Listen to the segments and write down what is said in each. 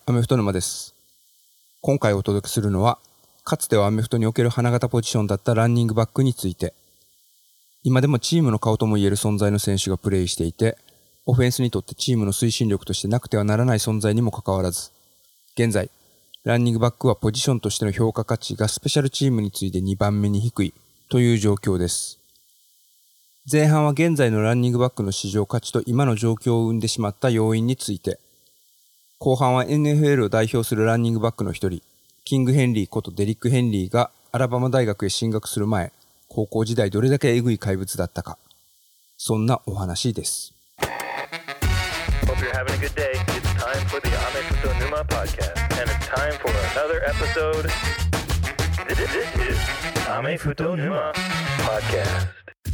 アメフト沼です。今回お届けするのは、かつてはアメフトにおける花形ポジションだったランニングバックについて。今でもチームの顔ともいえる存在の選手がプレーしていて、オフェンスにとってチームの推進力としてなくてはならない存在にもかかわらず、現在、ランニングバックはポジションとしての評価価値がスペシャルチームに次いで2番目に低いという状況です。前半は現在のランニングバックの市場価値と今の状況を生んでしまった要因について、後半は NFL を代表するランニングバックの一人、キング・ヘンリーことデリック・ヘンリーがアラバマ大学へ進学する前、高校時代どれだけエグい怪物だったか、そんなお話です。 Hope you're having a good day. It's time for the Amefuto Numa podcast, and it's time for another episode. This is Amefuto Numa podcast.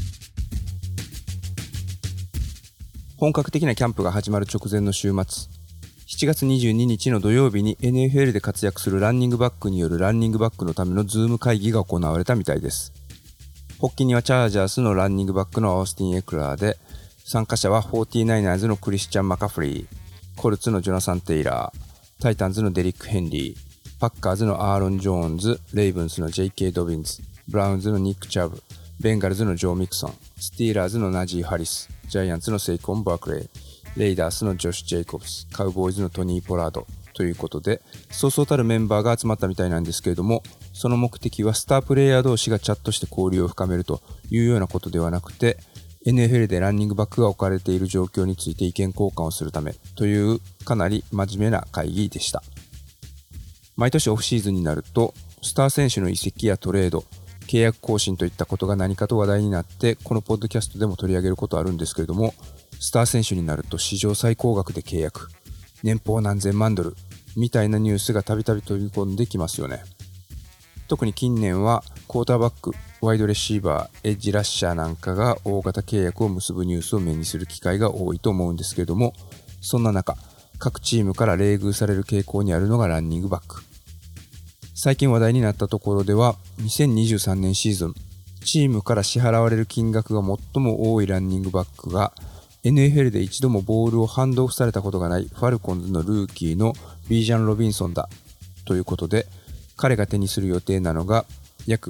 本格的なキャンプが始まる直前の週末、7月22日の土曜日に NFL で活躍するランニングバックによるランニングバックのためのズーム会議が行われたみたいです。発起にはチャージャースのランニングバックのオースティン・エクラーで、参加者は 49ers のクリスチャン・マカフリー、コルツのジョナサン・テイラー、タイタンズのデリック・ヘンリー、パッカーズのアーロン・ジョーンズ、レイブンスの J.K. ドビンズ、ブラウンズのニック・チャブ、ベンガルズのジョー・ミクソン、スティーラーズのナジー・ハリス、ジャイアンツのセイコン・バークレイ、レイダースのジョシュ・ジェイコブス、カウボーイズのトニー・ポラードということで、そうそうたるメンバーが集まったみたいなんですけれども、その目的はスタープレイヤー同士がチャットして交流を深めるというようなことではなくて、NFL でランニングバックが置かれている状況について意見交換をするためというかなり真面目な会議でした。毎年オフシーズンになると、スター選手の移籍やトレード、契約更新といったことが何かと話題になって、このポッドキャストでも取り上げることあるんですけれども、スター選手になると史上最高額で契約、年俸何千万ドルみたいなニュースがたびたび飛び込んできますよね。特に近年はクォーターバック、ワイドレシーバー、エッジラッシャーなんかが大型契約を結ぶニュースを目にする機会が多いと思うんですけれども、そんな中、各チームから冷遇される傾向にあるのがランニングバック。最近話題になったところでは、2023年シーズン、チームから支払われる金額が最も多いランニングバックが、NFL で一度もボールをハンドオフされたことがないファルコンズのルーキーのビージャン・ロビンソンだということで、彼が手にする予定なのが約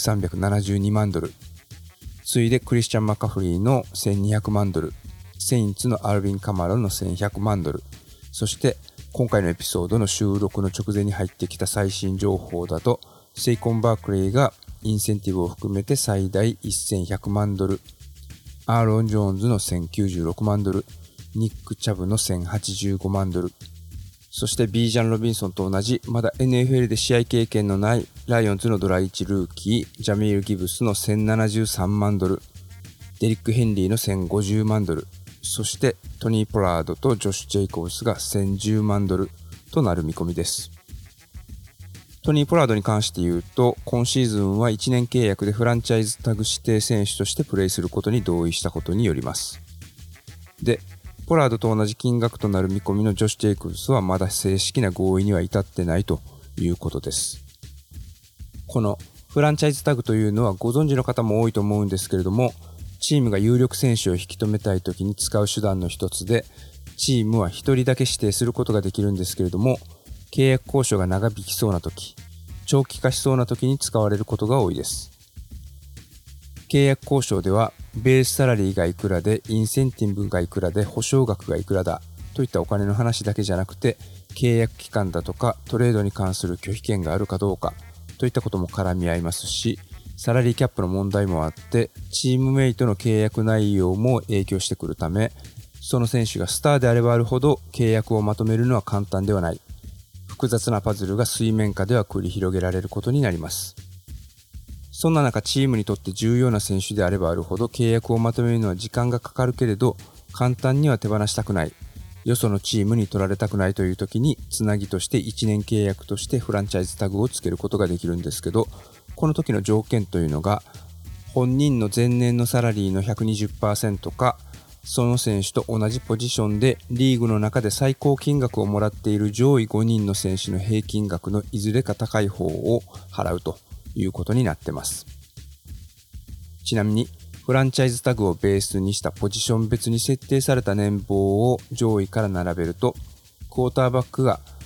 1372万ドル、次いでクリスチャン・マカフリーの1200万ドル、セインツのアルビン・カマロの1100万ドル、そして今回のエピソードの収録の直前に入ってきた最新情報だと、セイコン・バークレイがインセンティブを含めて最大1100万ドル、アーロン・ジョーンズの1096万ドル、ニック・チャブの1085万ドル、そしてビージャン・ロビンソンと同じまだ NFL で試合経験のないライオンズのドラ1ルーキー、ジャミール・ギブスの1073万ドル、デリック・ヘンリーの1050万ドル、そしてトニー・ポラードとジョシュ・ジェイコブスが1010万ドルとなる見込みです。トニー・ポラードに関して言うと、今シーズンは1年契約でフランチャイズタグ指定選手としてプレーすることに同意したことによります。で、ポラードと同じ金額となる見込みのジョシュ・ジェイコブスはまだ正式な合意には至ってないということです。このフランチャイズタグというのはご存知の方も多いと思うんですけれども、チームが有力選手を引き止めたいときに使う手段の一つで、チームは一人だけ指定することができるんですけれども、契約交渉が長引きそうなとき、長期化しそうなときに使われることが多いです。契約交渉では、ベースサラリーがいくらで、インセンティブがいくらで、保証額がいくらだといったお金の話だけじゃなくて、契約期間だとかトレードに関する拒否権があるかどうかといったことも絡み合いますし、サラリーキャップの問題もあって、チームメイトの契約内容も影響してくるため、その選手がスターであればあるほど契約をまとめるのは簡単ではない。複雑なパズルが水面下では繰り広げられることになります。そんな中、チームにとって重要な選手であればあるほど契約をまとめるのは時間がかかるけれど、簡単には手放したくない。よそのチームに取られたくないという時に、つなぎとして1年契約としてフランチャイズタグをつけることができるんですけど、この時の条件というのが、本人の前年のサラリーの 120% か、その選手と同じポジションでリーグの中で最高金額をもらっている上位5人の選手の平均額のいずれか高い方を払うということになってます。ちなみにフランチャイズタグをベースにしたポジション別に設定された年俸を上位から並べると、クォーターバックが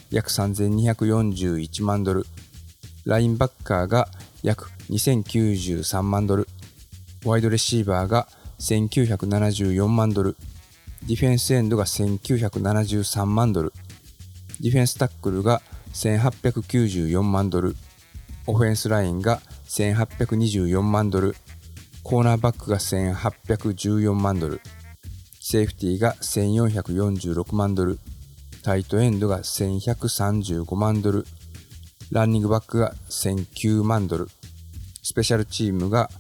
約3241万ドル、ラインバッカーが約2093万ドル、ワイドレシーバーが1974万ドル、ディフェンスエンドが1973万ドル、ディフェンスタックルが1894万ドル、オフェンスラインが1824万ドル、コーナーバックが1814万ドル、セーフティーが1446万ドル、タイトエンドが1135万ドル、ランニングバックが1009万ドル、スペシャルチームが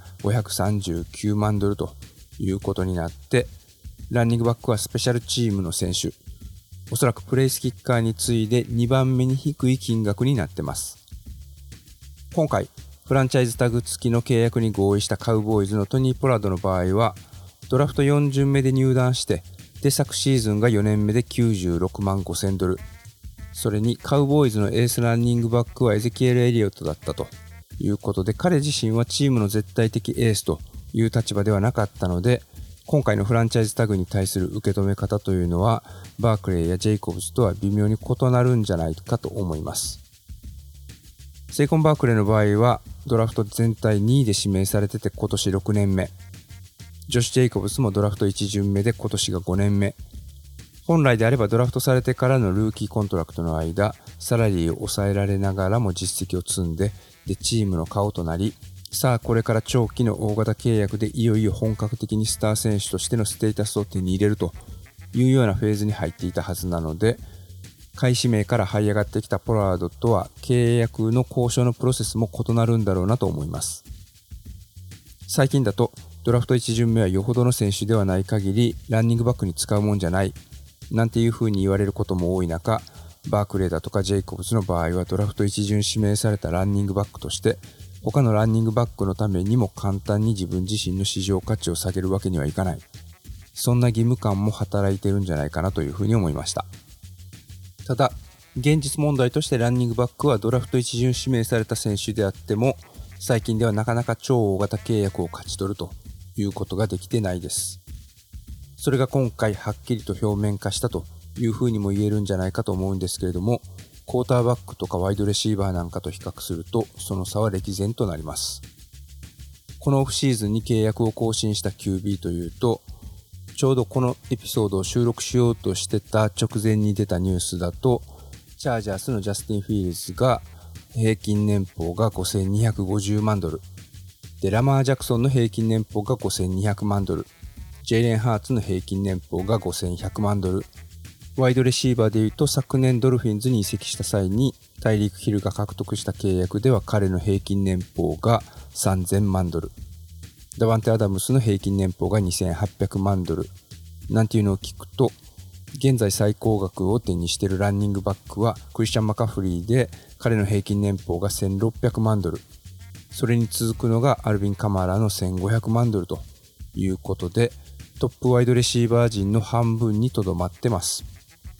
539万ドルということになって、ランニングバックはスペシャルチームの選手、おそらくプレイスキッカーに次いで2番目に低い金額になってます。今回、フランチャイズタグ付きの契約に合意したカウボーイズのトニー・ポラードの場合は、ドラフト4巡目で入団して、で昨シーズンが4年目で96万5000ドル。それにカウボーイズのエースランニングバックはエゼキエル・エリオットだったということで、彼自身はチームの絶対的エースという立場ではなかったので、今回のフランチャイズタグに対する受け止め方というのは、バークレーやジェイコブスとは微妙に異なるんじゃないかと思います。セイコン・バークレーの場合は、ドラフト全体2位で指名されてて今年6年目。ジョシュ・ジェイコブスもドラフト1巡目で今年が5年目。本来であればドラフトされてからのルーキーコントラクトの間、サラリーを抑えられながらも実績を積んで、チームの顔となり、さあこれから長期の大型契約でいよいよ本格的にスター選手としてのステータスを手に入れるというようなフェーズに入っていたはずなので、下位指名から這い上がってきたポラードとは契約の交渉のプロセスも異なるんだろうなと思います。最近だとドラフト1巡目はよほどの選手ではない限りランニングバックに使うもんじゃないなんていう風に言われることも多い中、バークレーだとかジェイコブスの場合はドラフト1巡指名されたランニングバックとして他のランニングバックのためにも簡単に自分自身の市場価値を下げるわけにはいかない。そんな義務感も働いてるんじゃないかなというふうに思いました。ただ、現実問題としてランニングバックはドラフト1巡指名された選手であっても、最近ではなかなか超大型契約を勝ち取るということができてないです。それが今回はっきりと表面化したというふうにも言えるんじゃないかと思うんですけれども、クォーターバックとかワイドレシーバーなんかと比較するとその差は歴然となります。このオフシーズンに契約を更新した QB というと、ちょうどこのエピソードを収録しようとしてた直前に出たニュースだと、チャージャースのジャスティン・フィールズが平均年俸が5250万ドル。で、ラマー・ジャクソンの平均年俸が5200万ドル。ジェイレン・ハーツの平均年俸が5100万ドル。ワイドレシーバーでいうと昨年ドルフィンズに移籍した際にタイリーク・ヒルが獲得した契約では彼の平均年俸が3000万ドル。ダバンテ・アダムスの平均年俸が2800万ドル。なんていうのを聞くと、現在最高額を手にしているランニングバックはクリスチャン・マカフリーで彼の平均年俸が1600万ドル。それに続くのがアルビン・カマラの1500万ドルということで、トップワイドレシーバー陣の半分にとどまってます。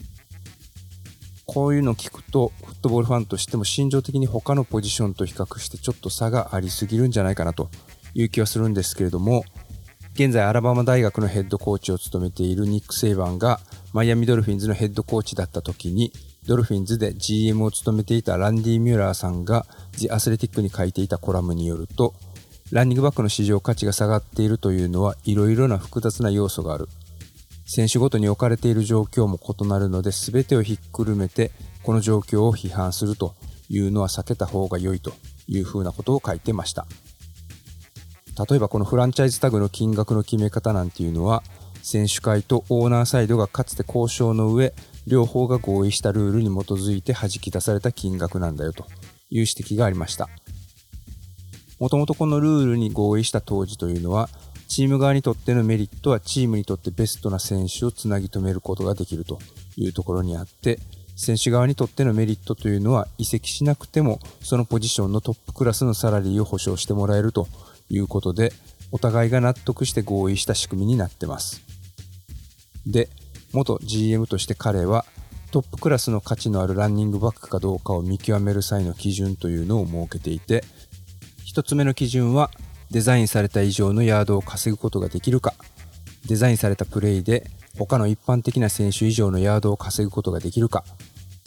こういうのを聞くと、フットボールファンとしても心情的に他のポジションと比較してちょっと差がありすぎるんじゃないかなという気はするんですけれども、現在アラバマ大学のヘッドコーチを務めているニック・セイバンがマイアミドルフィンズのヘッドコーチだった時に、ドルフィンズで GM を務めていたランディ・ミューラーさんがジ・アスレティックに書いていたコラムによると、ランニングバックの市場価値が下がっているというのはいろいろな複雑な要素がある。選手ごとに置かれている状況も異なるので、全てをひっくるめてこの状況を批判するというのは避けた方が良いというふうなことを書いてました。例えばこのフランチャイズタグの金額の決め方なんていうのは、選手会とオーナーサイドがかつて交渉の上、両方が合意したルールに基づいて弾き出された金額なんだよという指摘がありました。もともとこのルールに合意した当時というのは、チーム側にとってのメリットはチームにとってベストな選手をつなぎ止めることができるというところにあって、選手側にとってのメリットというのは移籍しなくてもそのポジションのトップクラスのサラリーを保証してもらえるということで、お互いが納得して合意した仕組みになってます。で、元 GM として彼はトップクラスの価値のあるランニングバックかどうかを見極める際の基準というのを設けていて、一つ目の基準はデザインされた以上のヤードを稼ぐことができるか、デザインされたプレイで他の一般的な選手以上のヤードを稼ぐことができるか、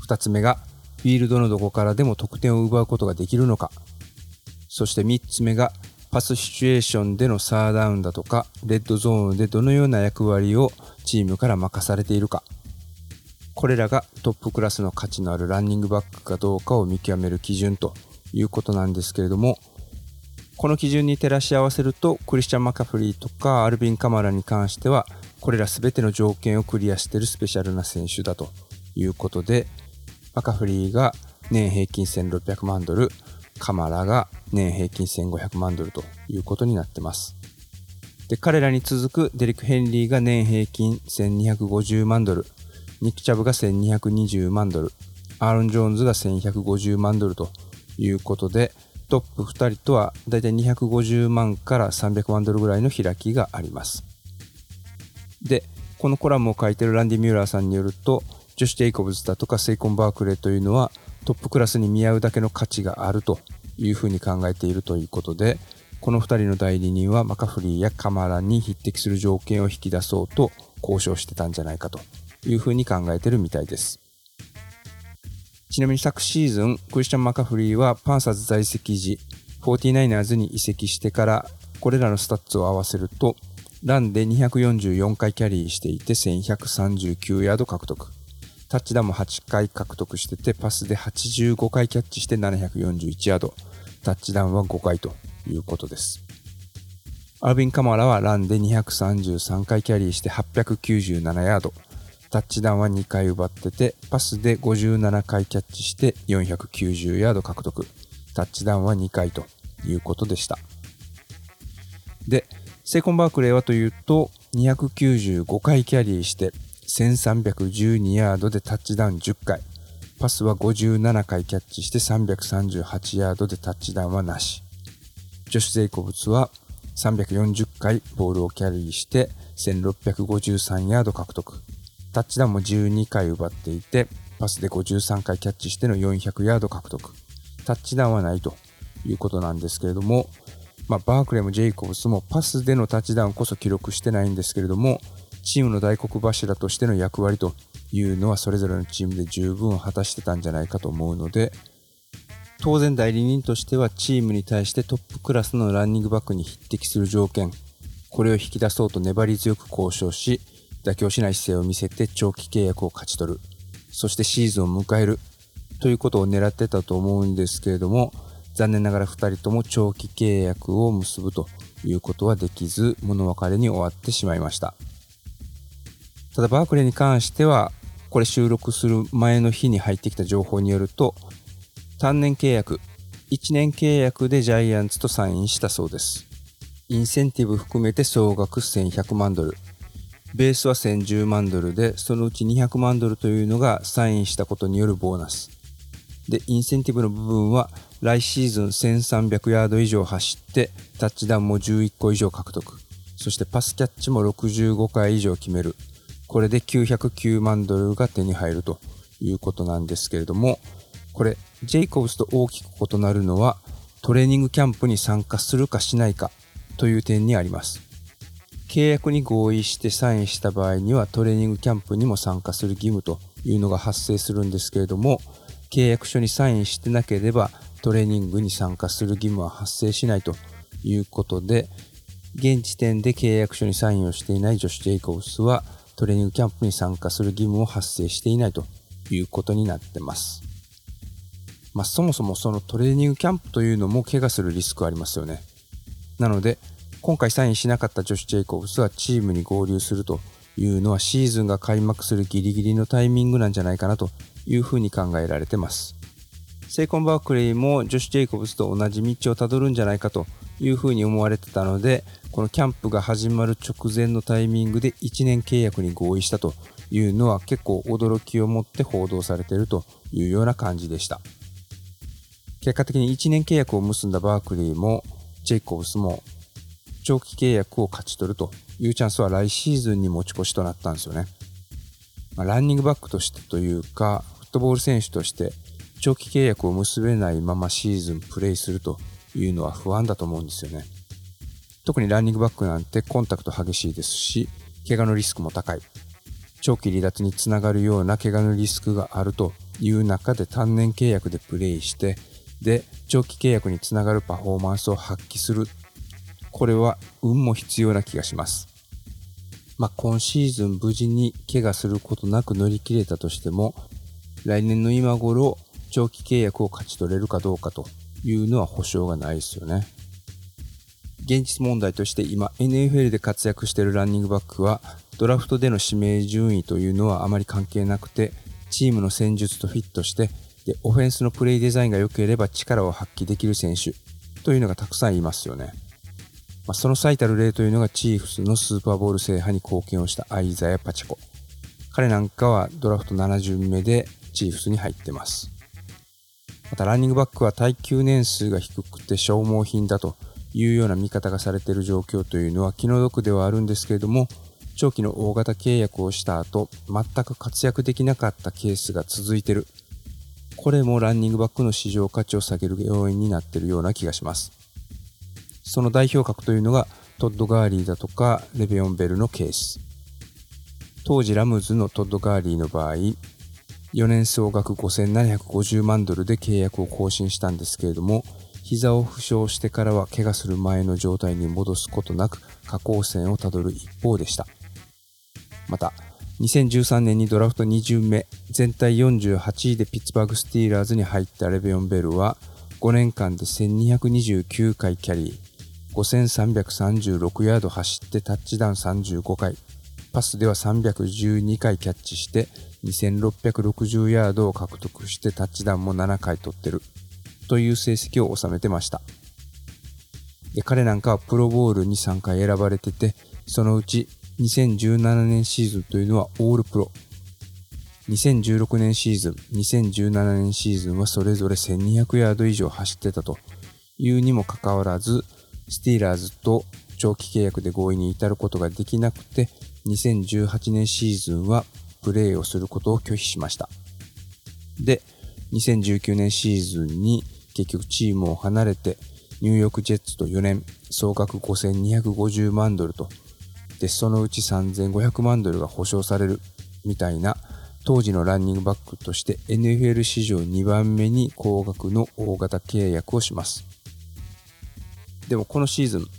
2つ目がフィールドのどこからでも得点を奪うことができるのか。そして3つ目がパスシチュエーションでのサーダウンだとかレッドゾーンでどのような役割をチームから任されているか。これらがトップクラスの価値のあるランニングバックかどうかを見極める基準ということなんですけれども、この基準に照らし合わせるとクリスチャン・マカフリーとかアルビン・カマラに関してはこれら全ての条件をクリアしているスペシャルな選手だということで、マカフリーが年平均1600万ドル、カマラが年平均1500万ドルということになってます。で、彼らに続くデリック・ヘンリーが年平均1250万ドル、ニック・チャブが1220万ドル、アーロン・ジョーンズが1150万ドルということで、トップ2人とはだいたい250万から300万ドルぐらいの開きがあります。で、このコラムを書いているランディ・ミューラーさんによると、ジョシュ・ジェイコブズだとかセイコン・バークレーというのはトップクラスに見合うだけの価値があるというふうに考えているということで、この2人の代理人はマカフリーやカマラに匹敵する条件を引き出そうと交渉してたんじゃないかというふうに考えているみたいです。ちなみに昨シーズン、クリスチャン・マカフリーはパンサーズ在籍時、49ers に移籍してからこれらのスタッツを合わせると、ランで244回キャリーしていて1139ヤード獲得。タッチダウンも8回獲得してて、パスで85回キャッチして741ヤード。タッチダウンは5回ということです。アルビン・カマラはランで233回キャリーして897ヤード。タッチダウンは2回奪ってて、パスで57回キャッチして490ヤード獲得。タッチダウンは2回ということでした。で、セイコン・バークレーはというと、295回キャリーして1312ヤードでタッチダウン10回。パスは57回キャッチして338ヤードでタッチダウンはなし。ジョシュ・ゼイコブツは340回ボールをキャリーして1653ヤード獲得。タッチダウンも12回奪っていて、パスで53回キャッチしての400ヤード獲得。タッチダウンはないということなんですけれども、バークレーもジェイコブスもパスでのタッチダウンこそ記録してないんですけれども、チームの大黒柱としての役割というのはそれぞれのチームで十分果たしてたんじゃないかと思うので、当然代理人としてはチームに対してトップクラスのランニングバックに匹敵する条件、これを引き出そうと粘り強く交渉し、妥協しない姿勢を見せて長期契約を勝ち取る、そしてシーズンを迎えるということを狙ってたと思うんですけれども、残念ながら2人とも長期契約を結ぶということはできず、物別れに終わってしまいました。ただバークレーに関しては、これ収録する前の日に入ってきた情報によると、単年契約、1年契約でジャイアンツとサインしたそうです。インセンティブ含めて総額1100万ドル。ベースは1010万ドルで、そのうち200万ドルというのがサインしたことによるボーナス。で、インセンティブの部分は来シーズン1300ヤード以上走って、タッチダウンも11個以上獲得。そしてパスキャッチも65回以上決める。これで909万ドルが手に入るということなんですけれども、これ、ジェイコブスと大きく異なるのは、トレーニングキャンプに参加するかしないかという点にあります。契約に合意してサインした場合にはトレーニングキャンプにも参加する義務というのが発生するんですけれども、契約書にサインしてなければトレーニングに参加する義務は発生しないということで、現時点で契約書にサインをしていないジョシュ・ジェイコブスはトレーニングキャンプに参加する義務を発生していないということになってます。そもそもそのトレーニングキャンプというのも怪我するリスクありますよね。なので今回サインしなかったジョシュ・ジェイコブスはチームに合流するというのはシーズンが開幕するギリギリのタイミングなんじゃないかなというふうに考えられてます。セイコン・バークレーもジョシュ・ジェイコブスと同じ道をたどるんじゃないかというふうに思われてたので、このキャンプが始まる直前のタイミングで1年契約に合意したというのは結構驚きを持って報道されているというような感じでした。結果的に1年契約を結んだバークレーもジェイコブスも長期契約を勝ち取るというチャンスは来シーズンに持ち越しとなったんですよね。ランニングバックとしてというか、フットボール選手として長期契約を結べないままシーズンプレイするというのは不安だと思うんですよね。特にランニングバックなんてコンタクト激しいですし、怪我のリスクも高い。長期離脱につながるような怪我のリスクがあるという中で単年契約でプレイして、で長期契約につながるパフォーマンスを発揮する。これは運も必要な気がします。今シーズン無事に怪我することなく乗り切れたとしても、来年の今頃長期契約を勝ち取れるかどうかというのは保証がないですよね。現実問題として今 NFL で活躍しているランニングバックはドラフトでの指名順位というのはあまり関係なくて、チームの戦術とフィットして、でオフェンスのプレイデザインが良ければ力を発揮できる選手というのがたくさんいますよね。その最たる例というのがチーフスのスーパーボウル制覇に貢献をしたアイザヤ・パチェコ。彼なんかはドラフト7巡目でチーフスに入ってます。またランニングバックは耐久年数が低くて消耗品だというような見方がされている状況というのは気の毒ではあるんですけれども、長期の大型契約をした後全く活躍できなかったケースが続いている。これもランニングバックの市場価値を下げる要因になっているような気がします。その代表格というのがトッド・ガーリーだとかレヴィオン・ベルのケース。当時ラムズのトッド・ガーリーの場合、4年総額5750万ドルで契約を更新したんですけれども、膝を負傷してからは怪我する前の状態に戻すことなく下降線をたどる一方でした。また2013年にドラフト2巡目全体48位でピッツバーグスティーラーズに入ったレヴィオン・ベルは5年間で1229回キャリー、5336ヤード走ってタッチダウン35回、パスでは312回キャッチして2660ヤードを獲得してタッチダウンも7回取ってるという成績を収めてました。で彼なんかはプロボウルに3回選ばれてて、そのうち2017年シーズンというのはオールプロ、2016年シーズン、2017年シーズンはそれぞれ1200ヤード以上走ってたというにもかかわらず、スティーラーズと長期契約で合意に至ることができなくて、2018年シーズンはプレーをすることを拒否しました。で、2019年シーズンに結局チームを離れてニューヨークジェッツと4年総額5250万ドルと、でそのうち3500万ドルが保証されるみたいな、当時のランニングバックとして NFL 史上2番目に高額の大型契約をします。でもこのシーズン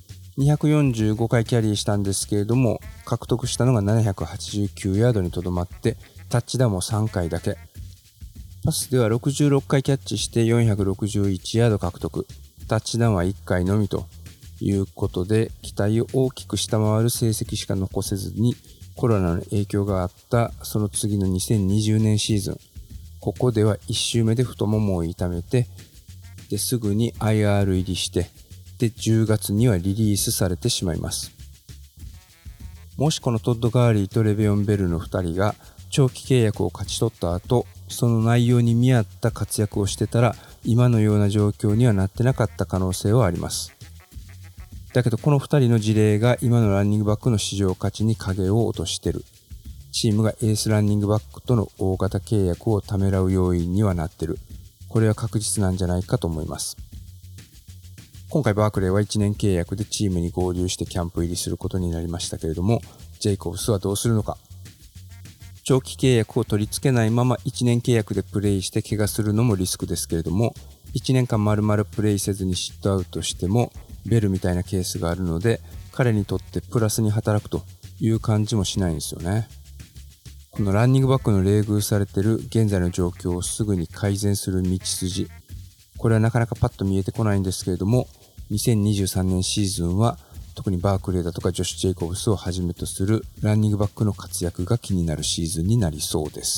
245回キャリーしたんですけれども、獲得したのが789ヤードにとどまってタッチダウンも3回だけ、パスでは66回キャッチして461ヤード獲得、タッチダウンは1回のみということで、期待を大きく下回る成績しか残せずに、コロナの影響があったその次の2020年シーズン、ここでは1周目で太ももを痛めて、ですぐに IR 入りして、で10月にはリリースされてしまいます。もしこのトッド・ガーリーとレヴィオン・ベルの2人が長期契約を勝ち取った後、その内容に見合った活躍をしてたら、今のような状況にはなってなかった可能性はあります。だけどこの2人の事例が今のランニングバックの市場価値に影を落としている。チームがエースランニングバックとの大型契約をためらう要因にはなっている。これは確実なんじゃないかと思います。今回バークレーは1年契約でチームに合流してキャンプ入りすることになりましたけれども、ジェイコブスはどうするのか。長期契約を取り付けないまま1年契約でプレイして怪我するのもリスクですけれども、1年間丸々プレイせずにシットアウトしてもベルみたいなケースがあるので、彼にとってプラスに働くという感じもしないんですよね。このランニングバックの冷遇されている現在の状況をすぐに改善する道筋、これはなかなかパッと見えてこないんですけれども、2023年シーズンは特にバークレーだとかジョシュ・ジェイコブスをはじめとするランニングバックの活躍が気になるシーズンになりそうです。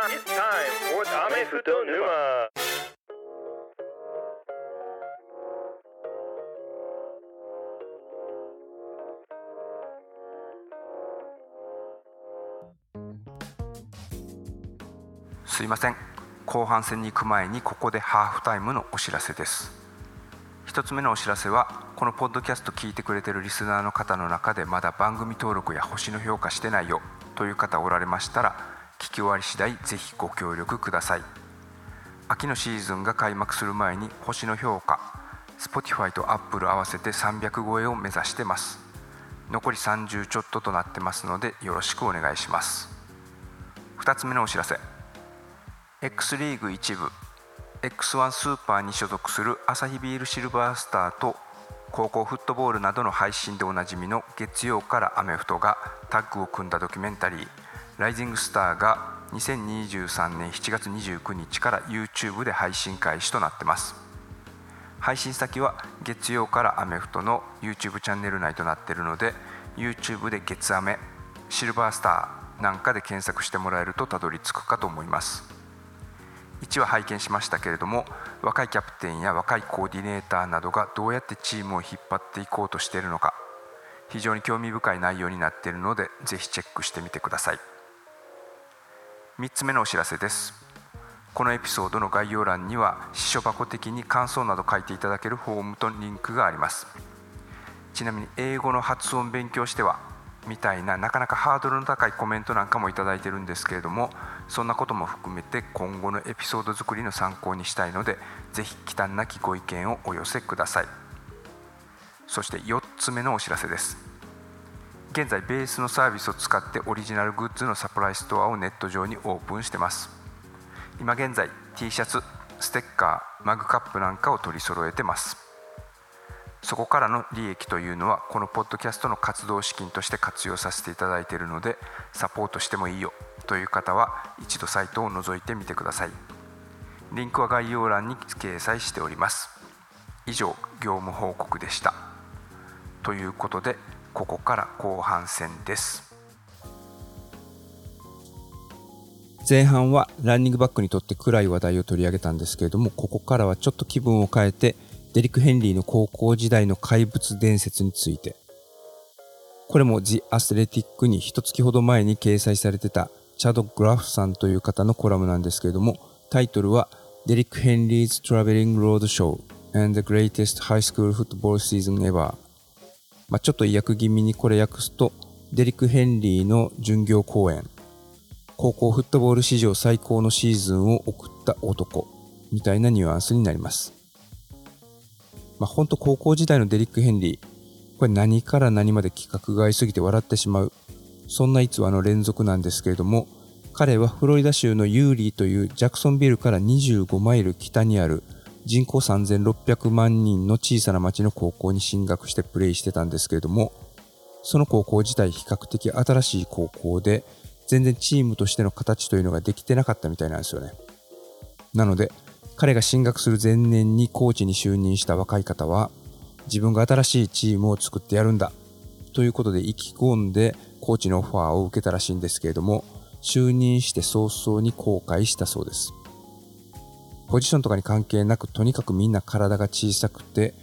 すいません、後半戦に行く前にここでハーフタイムのお知らせです。一つ目のお知らせは、このポッドキャスト聞いてくれているリスナーの方の中でまだ番組登録や星の評価してないよという方おられましたら、聞き終わり次第ぜひご協力ください。秋のシーズンが開幕する前に星の評価、Spotify と Apple 合わせて300超えを目指してます。残り30ちょっととなってますのでよろしくお願いします。2つ目のお知らせ、 X リーグ1部 X1 スーパーに所属するアサヒビールシルバースターと高校フットボールなどの配信でおなじみの月曜からアメフトがタッグを組んだドキュメンタリーライジングスターが2023年7月29日から YouTube で配信開始となってます。配信先は月曜からアメフトの YouTube チャンネル内となっているので YouTube で月アメシルバースターなんかで検索してもらえるとたどり着くかと思います。1話拝見しましたけれども、若いキャプテンや若いコーディネーターなどがどうやってチームを引っ張っていこうとしているのか、非常に興味深い内容になっているのでぜひチェックしてみてください。3つ目のお知らせです。このエピソードの概要欄には私書箱的に感想など書いていただけるフォームとリンクがあります。ちなみに英語の発音勉強してはみたいななかなかハードルの高いコメントなんかもいただいてるんですけれども、そんなことも含めて今後のエピソード作りの参考にしたいのでぜひ忌憚なきご意見をお寄せください。そして4つ目のお知らせです。現在ベースのサービスを使ってオリジナルグッズのサプライストアをネット上にオープンしてます。今現在 T シャツ、ステッカー、マグカップなんかを取り揃えてます。そこからの利益というのはこのポッドキャストの活動資金として活用させていただいているので、サポートしてもいいよという方は一度サイトを覗いてみてください。リンクは概要欄に掲載しております。以上、業務報告でした。ということでここから後半戦です。前半はランニングバックにとって暗い話題を取り上げたんですけれども、ここからはちょっと気分を変えてデリック・ヘンリーの高校時代の怪物伝説について。これも The Athletic に一月ほど前に掲載されてたチャド・グラフさんという方のコラムなんですけれども、タイトルはデリック・ヘンリー 's Traveling Road Show and the Greatest High School Football Season Ever。ちょっと意訳気味にこれ訳すと、デリック・ヘンリーの巡業公演、高校フットボール史上最高のシーズンを送った男みたいなニュアンスになります。本当高校時代のデリック・ヘンリー、これ何から何まで規格外すぎて笑ってしまう、そんな逸話の連続なんですけれども、彼はフロリダ州のユーリーというジャクソンビルから25マイル北にある人口3600万人の小さな町の高校に進学してプレイしてたんですけれども、その高校自体比較的新しい高校で全然チームとしての形というのができてなかったみたいなんですよね。なので彼が進学する前年にコーチに就任した若い方は、自分が新しいチームを作ってやるんだということで意気込んでコーチのオファーを受けたらしいんですけれども、就任して早々に後悔したそうです。ポジションとかに関係なく、とにかくみんな体が小さくて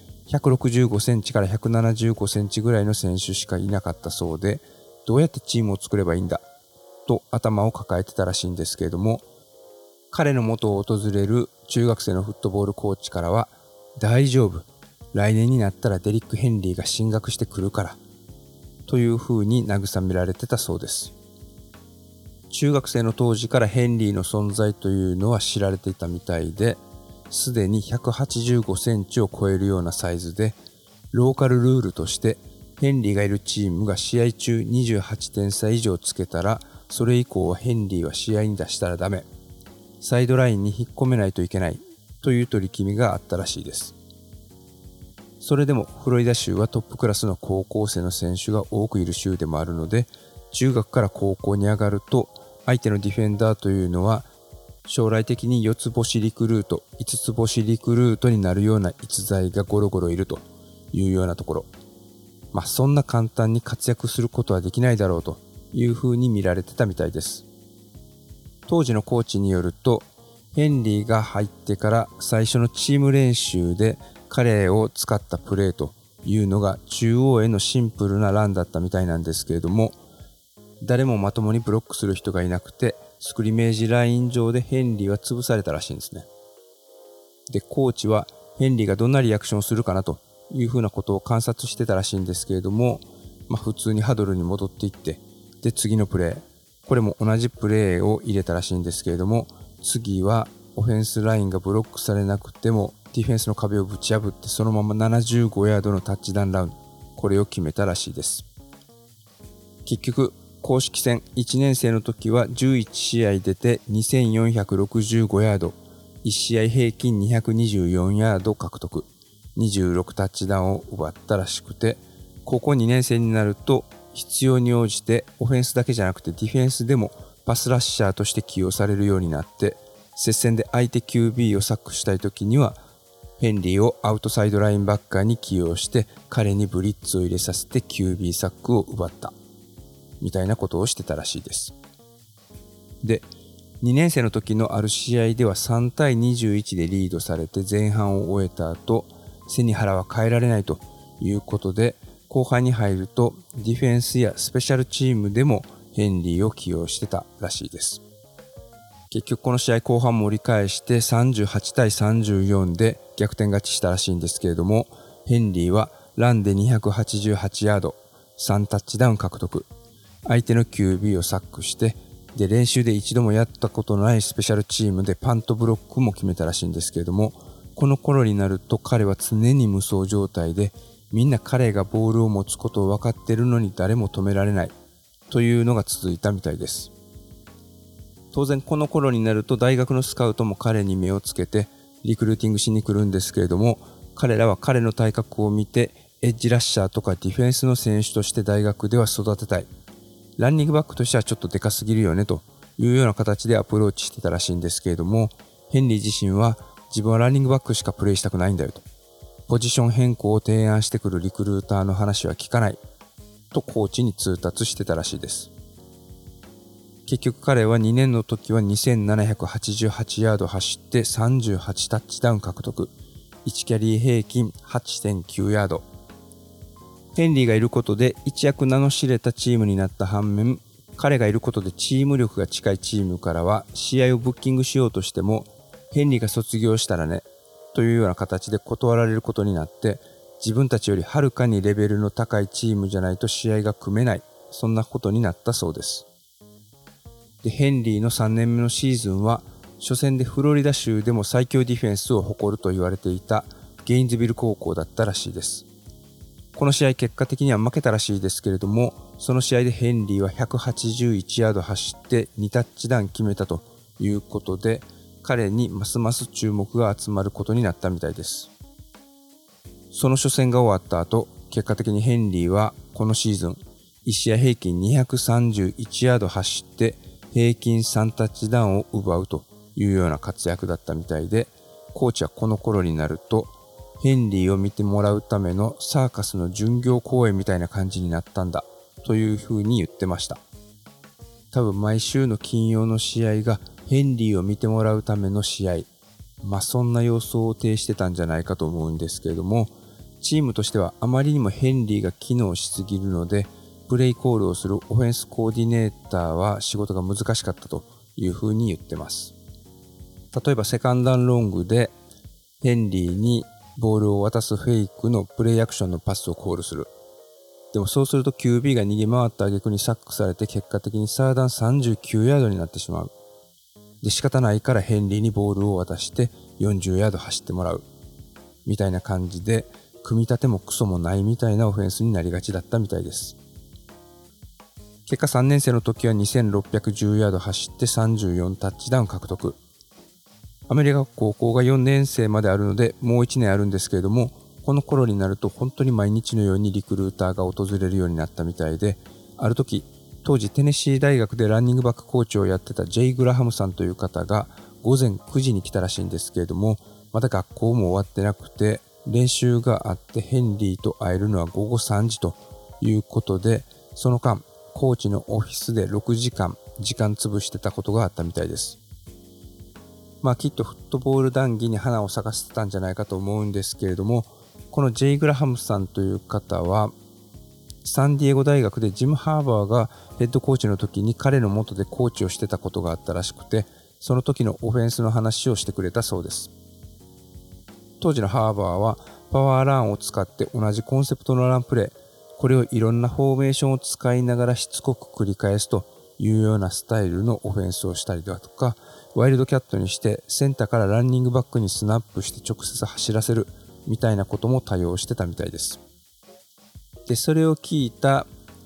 165センチから175センチぐらいの選手しかいなかったそうで、どうやってチームを作ればいいんだと頭を抱えてたらしいんですけれども、彼の元を訪れる中学生のフットボールコーチからは、大丈夫、来年になったらデリック・ヘンリーが進学してくるからという風に慰められてたそうです。中学生の当時からヘンリーの存在というのは知られていたみたいで、すでに185センチを超えるようなサイズで、ローカルルールとしてヘンリーがいるチームが試合中28点差以上つけたら、それ以降はヘンリーは試合に出したらダメ、サイドラインに引っ込めないといけないという取り決めがあったらしいです。それでもフロリダ州はトップクラスの高校生の選手が多くいる州でもあるので、中学から高校に上がると相手のディフェンダーというのは将来的に4つ星リクルート、5つ星リクルートになるような逸材がゴロゴロいるというようなところ、そんな簡単に活躍することはできないだろうというふうに見られてたみたいです。当時のコーチによると、ヘンリーが入ってから最初のチーム練習で彼を使ったプレーというのが中央へのシンプルなランだったみたいなんですけれども、誰もまともにブロックする人がいなくて、スクリメージライン上でヘンリーは潰されたらしいんですね。で、コーチはヘンリーがどんなリアクションをするかなというふうなことを観察してたらしいんですけれども、普通にハドルに戻っていって、で、次のプレー、これも同じプレーを入れたらしいんですけれども、次はオフェンスラインがブロックされなくてもディフェンスの壁をぶち破って、そのまま75ヤードのタッチダウンラン、これを決めたらしいです。結局公式戦1年生の時は11試合出て2465ヤード、1試合平均224ヤード獲得、26タッチダウンを奪ったらしくて、高校2年生になると必要に応じてオフェンスだけじゃなくてディフェンスでもパスラッシャーとして起用されるようになって、接戦で相手 QB をサックしたい時にはヘンリーをアウトサイドラインバッカーに起用して彼にブリッツを入れさせて QB サックを奪ったみたいなことをしてたらしいです。で、2年生の時のある試合では3対21でリードされて前半を終えた後、背に腹は変えられないということで、後半に入るとディフェンスやスペシャルチームでもヘンリーを起用してたらしいです。結局この試合後半盛り返して38対34で逆転勝ちしたらしいんですけれども、ヘンリーはランで288ヤード、3タッチダウン獲得、相手の QB をサックして、で練習で一度もやったことのないスペシャルチームでパントブロックも決めたらしいんですけれども、この頃になると彼は常に無双状態で、みんな彼がボールを持つことを分かっているのに誰も止められないというのが続いたみたいです。当然この頃になると大学のスカウトも彼に目をつけてリクルーティングしに来るんですけれども、彼らは彼の体格を見てエッジラッシャーとかディフェンスの選手として大学では育てたい、ランニングバックとしてはちょっとでかすぎるよねというような形でアプローチしてたらしいんですけれども、ヘンリー自身は自分はランニングバックしかプレイしたくないんだよと、ポジション変更を提案してくるリクルーターの話は聞かないとコーチに通達してたらしいです。結局彼は2年の時は2788ヤード走って38タッチダウン獲得、1キャリー平均 8.9 ヤード。ヘンリーがいることで一躍名の知れたチームになった反面、彼がいることでチーム力が近いチームからは試合をブッキングしようとしても、ヘンリーが卒業したらねというような形で断られることになって、自分たちよりはるかにレベルの高いチームじゃないと試合が組めない、そんなことになったそうです。で、ヘンリーの3年目のシーズンは初戦でフロリダ州でも最強ディフェンスを誇ると言われていたゲインズビル高校だったらしいです。この試合結果的には負けたらしいですけれども、その試合でヘンリーは181ヤード走って2タッチダウン決めたということで、彼にますます注目が集まることになったみたいです。その初戦が終わった後、結果的にヘンリーはこのシーズン1試合平均231ヤード走って平均3タッチダウンを奪うというような活躍だったみたいで、コーチはこの頃になるとヘンリーを見てもらうためのサーカスの巡業公演みたいな感じになったんだというふうに言ってました。多分毎週の金曜の試合がヘンリーを見てもらうための試合、そんな様相を呈してたんじゃないかと思うんですけれども、チームとしてはあまりにもヘンリーが機能しすぎるので、プレイコールをするオフェンスコーディネーターは仕事が難しかったというふうに言ってます。例えばセカンドアンロングでヘンリーにボールを渡すフェイクのプレイアクションのパスをコールする。でもそうすると QB が逃げ回った挙句にサックされて結果的にサーダン39ヤードになってしまう。で、仕方ないからヘンリーにボールを渡して40ヤード走ってもらう。みたいな感じで、組み立てもクソもないみたいなオフェンスになりがちだったみたいです。結果3年生の時は2610ヤード走って34タッチダウン獲得。アメリカ高校が4年生まであるのでもう1年あるんですけれども、この頃になると本当に毎日のようにリクルーターが訪れるようになったみたいで、ある時、当時テネシー大学でランニングバックコーチをやってたジェイ・グラハムさんという方が午前9時に来たらしいんですけれども、まだ学校も終わってなくて練習があってヘンリーと会えるのは午後3時ということで、その間コーチのオフィスで6時間時間潰してたことがあったみたいです。きっとフットボール談義に花を咲かせてたんじゃないかと思うんですけれども、このジェイ・グラハムさんという方はサンディエゴ大学でジム・ハーバーがヘッドコーチの時に彼の下でコーチをしてたことがあったらしくて、その時のオフェンスの話をしてくれたそうです。当時のハーバーはパワーランを使って同じコンセプトのランプレー、これをいろんなフォーメーションを使いながらしつこく繰り返すというようなスタイルのオフェンスをしたりだとか、ワイルドキャットにしてセンターからランニングバックにスナップして直接走らせるみたいなことも多用してたみたいです。で、それを聞いた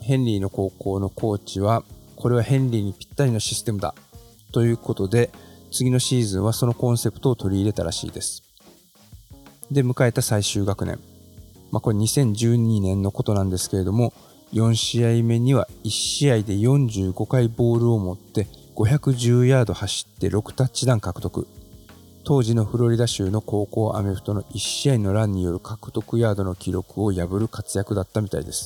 ヘンリーの高校のコーチは、これはヘンリーにぴったりのシステムだということで、次のシーズンはそのコンセプトを取り入れたらしいです。で、迎えた最終学年。これ2012年のことなんですけれども、4試合目には1試合で45回ボールを持って510ヤード走って6タッチダウン獲得。当時のフロリダ州の高校アメフトの1試合のランによる獲得ヤードの記録を破る活躍だったみたいです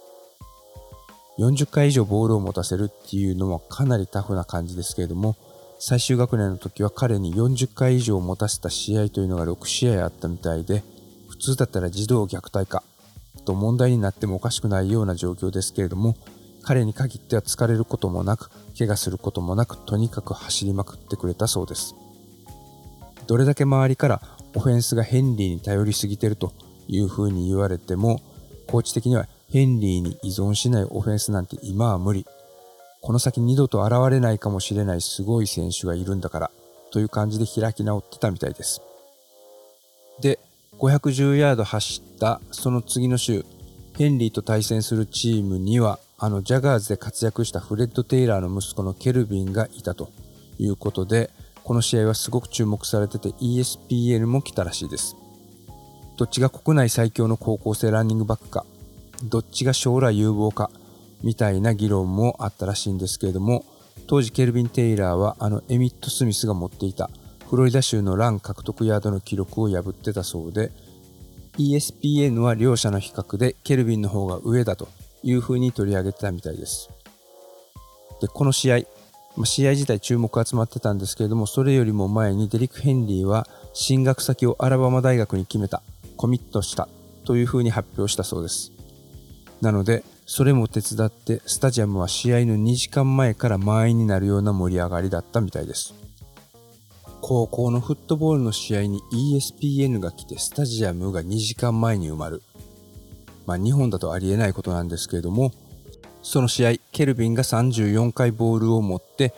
。40回以上ボールを持たせるっていうのもかなりタフな感じですけれども、最終学年の時は彼に40回以上持たせた試合というのが6試合あったみたいで、普通だったら児童虐待かと問題になってもおかしくないような状況ですけれども、彼に限っては疲れることもなく、怪我することもなく、とにかく走りまくってくれたそうです。どれだけ周りからオフェンスがヘンリーに頼りすぎてるというふうに言われても、コーチ的にはヘンリーに依存しないオフェンスなんて今は無理。この先二度と現れないかもしれないすごい選手がいるんだからという感じで開き直ってたみたいです。で、510ヤード走ったその次の週、ヘンリーと対戦するチームにはジャガーズで活躍したフレッド・テイラーの息子のケルビンがいたということで、この試合はすごく注目されてて ESPN も来たらしいです。どっちが国内最強の高校生ランニングバックか、どっちが将来有望かみたいな議論もあったらしいんですけれども、当時ケルビン・テイラーはエミット・スミスが持っていたフロリダ州のラン獲得ヤードの記録を破ってたそうで、ESPN は両者の比較でケルビンの方が上だという風に取り上げてたみたいです。で、この試合自体注目が集まってたんですけれども、それよりも前にデリック・ヘンリーは進学先をアラバマ大学に決めた、コミットしたという風に発表したそうです。なので、それも手伝ってスタジアムは試合の2時間前から満員になるような盛り上がりだったみたいです。高校のフットボールの試合に ESPN が来てスタジアムが2時間前に埋まる。日本だとありえないことなんですけれども、その試合、ケルビンが34回ボールを持って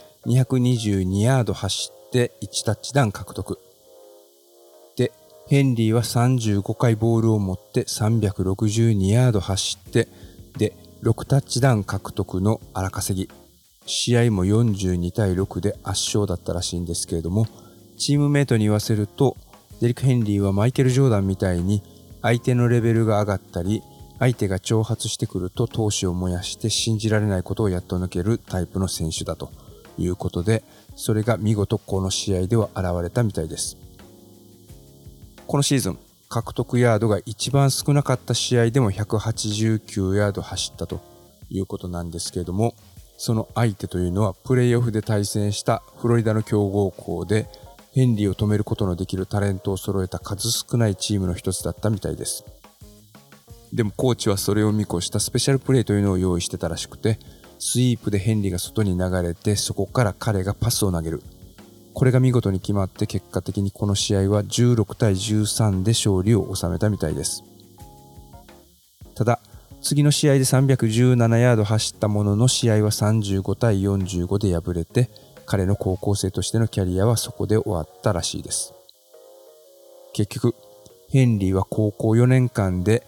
222ヤード走って1タッチダウン獲得。で、ヘンリーは35回ボールを持って362ヤード走って、で、6タッチダウン獲得の荒稼ぎ。試合も42対6で圧勝だったらしいんですけれども、チームメイトに言わせると、デリック・ヘンリーはマイケル・ジョーダンみたいに相手のレベルが上がったり、相手が挑発してくると闘志を燃やして信じられないことをやっと抜けるタイプの選手だということで、それが見事この試合では現れたみたいです。このシーズン、獲得ヤードが一番少なかった試合でも189ヤード走ったということなんですけれども、その相手というのはプレーオフで対戦したフロリダの強豪校で、ヘンリーを止めることのできるタレントを揃えた数少ないチームの一つだったみたいです。でもコーチはそれを見越したスペシャルプレーというのを用意してたらしくて、スイープでヘンリーが外に流れて、そこから彼がパスを投げる。これが見事に決まって、結果的にこの試合は16対13で勝利を収めたみたいです。ただ、次の試合で317ヤード走ったものの、試合は35対45で敗れて、彼の高校生としてのキャリアはそこで終わったらしいです。結局、ヘンリーは高校4年間で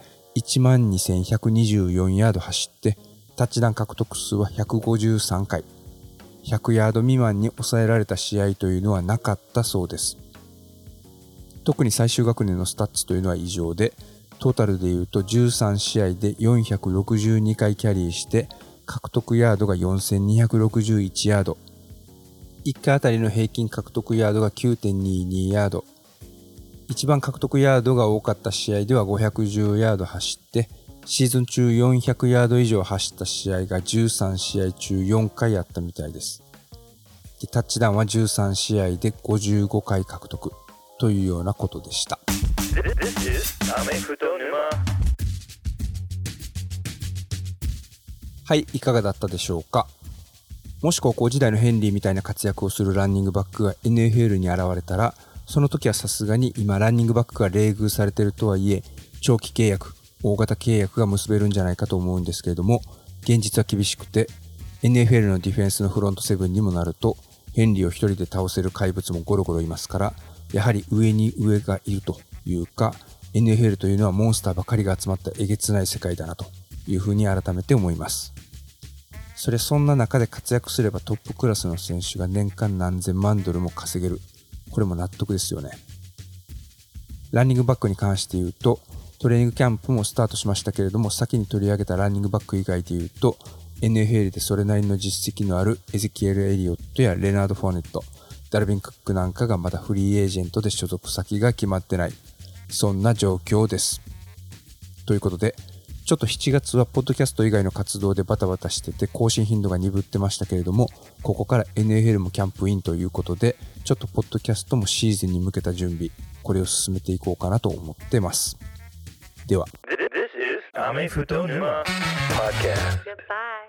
12,124ヤード走って、タッチダウン獲得数は153回。100ヤード未満に抑えられた試合というのはなかったそうです。特に最終学年のスタッツというのは異常で、トータルでいうと13試合で462回キャリーして、獲得ヤードが4,261ヤード。1回あたりの平均獲得ヤードが 9.22 ヤード。一番獲得ヤードが多かった試合では510ヤード走って、シーズン中400ヤード以上走った試合が13試合中4回あったみたいです。で、タッチダウンは13試合で55回獲得というようなことでした。はい、いかがだったでしょうか。もし高校時代のヘンリーみたいな活躍をするランニングバックが NFL に現れたら、その時はさすがに今ランニングバックが冷遇されているとはいえ、長期契約、大型契約が結べるんじゃないかと思うんですけれども、現実は厳しくて、NFL のディフェンスのフロントセブンにもなると、ヘンリーを一人で倒せる怪物もゴロゴロいますから、やはり上に上がいるというか、NFL というのはモンスターばかりが集まったえげつない世界だなというふうに改めて思います。 そんな中で活躍すればトップクラスの選手が年間何千万ドルも稼げる。これも納得ですよね。ランニングバックに関して言うと、トレーニングキャンプもスタートしましたけれども、先に取り上げたランニングバック以外で言うと、NFL でそれなりの実績のあるエゼキエル・エリオットやレナード・フォーネット、ダルビン・クックなんかがまだフリーエージェントで所属先が決まってない。そんな状況です。ということで、ちょっと7月はポッドキャスト以外の活動でバタバタしてて更新頻度が鈍ってましたけれども、ここから NFL もキャンプインということで、ちょっとポッドキャストもシーズンに向けた準備、これを進めていこうかなと思ってます。では。 This is Ame Futo Numa Podcast. Goodbye.